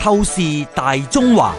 透視大中華。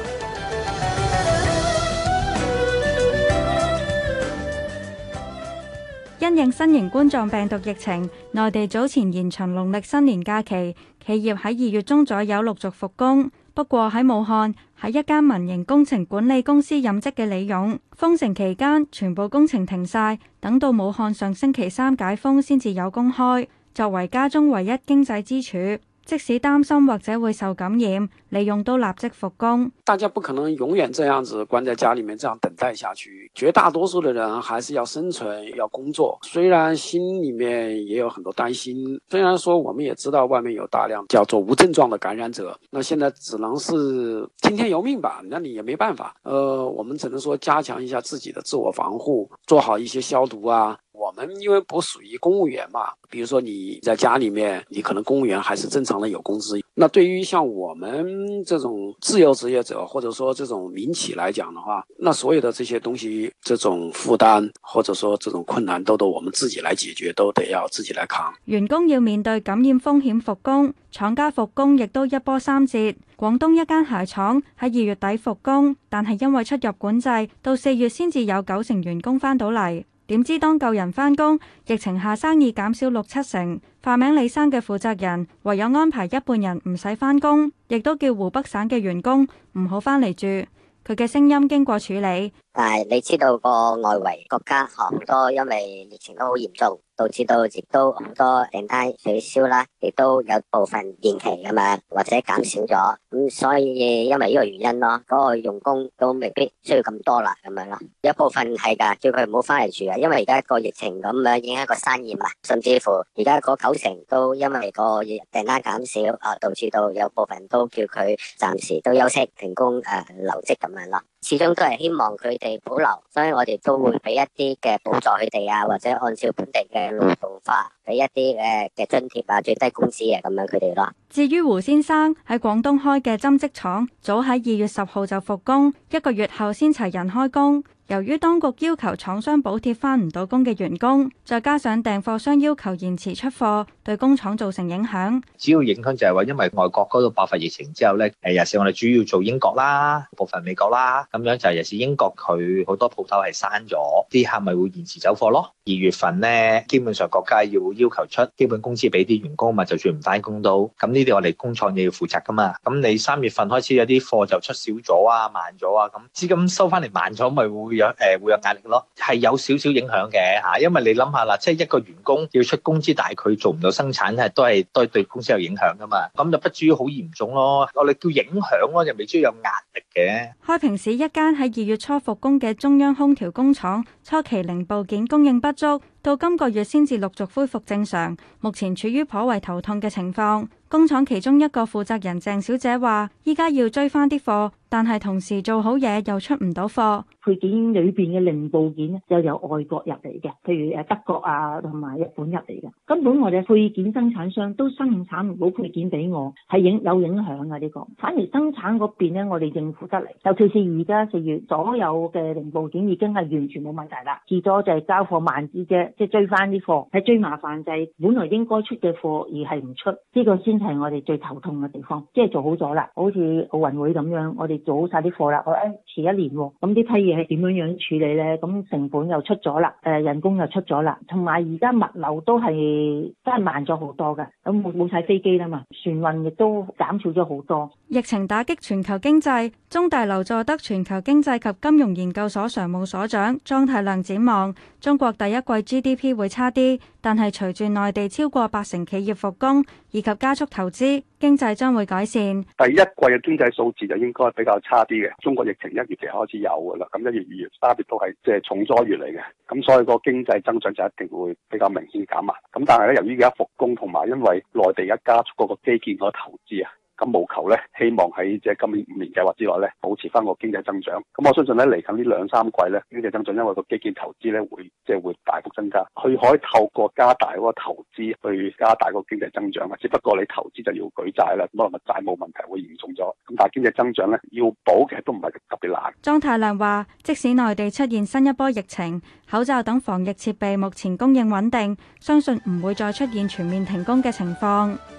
因應新型冠狀病毒疫情，內地早前延長農曆新年假期，企業喺2月中左右陸續復工。不過喺武漢，喺一間民營工程管理公司任職嘅李勇，封城期間全部工程停晒，等到武漢上星期3解封先至有工開。作為家中唯一經濟支柱，即使擔心或者會受感染，李勇都立即復工。 大家不可能永遠這樣子關在家裡面這樣等待下去，絕大多數的人還是要生存要工作，雖然心裡面也有很多擔心，雖然說我們也知道外面有大量叫做無症狀的感染者，那現在只能是聽天由命吧，那你也沒辦法，我們只能說加強一下自己的自我防護，做好一些消毒啊。我們因為不屬於公務員嘛，比如說你在家裡面，你可能公務員還是正常的有工資。那對於像我們這種自由職業者，或者說這種民企來講的話，那所有的這些東西，這種負擔或者說這種困難，都我們自己來解決，都得要自己來扛。 員工要面對感染風險復工，廠家復工亦都一波三折。廣東一間鞋廠喺2月底復工，但係因為出入管制，到4月先至有90%員工返到嚟。點知當夠人返工，疫情下生意減少6-7成。化名李生嘅負責人唯有安排一半人唔使返工，亦都叫湖北省嘅員工唔好返嚟住。佢嘅聲音經過處理。 但係你知道個外圍國家好多因為疫情都好嚴重，導致到亦都好多訂單取消啦，亦都有部分延期㗎嘛，或者減少咗。咁所以因為呢個原因咯，嗰個用工都未必需要咁多啦，咁樣咯。有一部分係㗎，叫佢唔好翻嚟住啊，因為而家個疫情咁樣影響個生意嘛，甚至乎而家嗰90%都因為個訂單減少導致到有部分都叫佢暫時都休息停工留職咁樣咯。始終都係希望佢哋保留，所以我哋都會俾一啲嘅補助佢哋啊，或者按照本地嘅勞動法俾一啲嘅津貼啊、最低工資啊咁樣佢哋咯。 至於胡先生喺廣東開嘅針織廠，早喺2月10號就復工，1個月後先齊人開工。由於當局要求廠商補貼返唔到工嘅員工，再加上訂貨商要求延遲出貨，對工廠造成影響。 主要影響就係話，因為外國嗰度爆發疫情之後咧，尤其是我哋主要做英國啦、部分美國啦，咁樣就尤其是英國佢好多鋪頭係閂咗，啲客咪會延遲走貨咯。2月份咧，基本上國家要求出基本工資俾啲員工嘛，就算唔返工都，咁呢啲我哋工廠亦要負責噶嘛。咁你3月份開始有啲貨就出少咗啊、慢咗啊，咁資金收翻嚟慢咗，咪會有壓力咯，係有少少影響嘅嚇。因為你諗下啦，即係一個員工要出工資，但係佢做唔到生產，都係對公司有影響噶嘛。咁就不至於好嚴重咯，我哋叫影響咯，又未至於有壓力嘅。 開平市一間喺2月初復工嘅中央空調工廠，初期零部件供應不足，到今個月先至陸續恢復正常，目前處於頗為頭痛嘅情況。工廠其中一個負責人鄭小姐話：依家要追翻啲貨，但係同時做好嘢又出唔到貨。 配件裏邊嘅零部件就由外國入嚟嘅，譬如德國啊同埋日本入嚟嘅。根本我哋配件生產商都生產唔到配件俾我，係有影響啊呢個。反而生產嗰邊咧，我哋應付得嚟。尤其是而家4月，所有嘅零部件已經係完全冇問題啦。至多就係交貨慢啲啫，即係追翻啲貨。係最麻煩就係本來應該出嘅貨而係唔出，呢個先係我哋最頭痛嘅地方。即係做好咗啦，好似奧運會咁樣，我哋做好晒啲貨啦。我遲1年喎，咁呢批嘢係點樣處理呢？咁成本又出咗啦，人工又出咗啦，同埋而家物流都係真係慢咗好多㗎。咁冇晒飛機啦嘛，船運亦都減少咗好多。 疫情打擊全球經濟，中大劉佐德全球經濟及金融研究所常務所長莊太量展望，中國第一季 GDP 會差啲，但係隨住內地超過80%企業復工以及加速投資，經濟將會改善。 第一季嘅經濟數字就應該比較差啲嘅。中國疫情1月期開始有㗎啦，咁1月、2月、3月都係即係重災月嚟嘅，咁所以個經濟增長就一定會比較明顯減慢。咁但係咧，由於而家復工同埋因為內地而家加速嗰個基建嗰個投資啊。咁務求咧，希望喺即係今年5年計劃之內咧，保持翻個經濟增長。咁我相信咧，嚟緊呢2-3季咧，經濟增長因為個基建投資咧會大幅增加，佢可以透過加大嗰個投資去加大個經濟增長啊。只不過你投資就要舉債啦，可能個債務問題會嚴重咗。咁但係經濟增長咧要補嘅都唔係特別難。 莊太量話：即使內地出現新一波疫情，口罩等防疫設備目前供應穩定，相信唔會再出現全面停工嘅情況。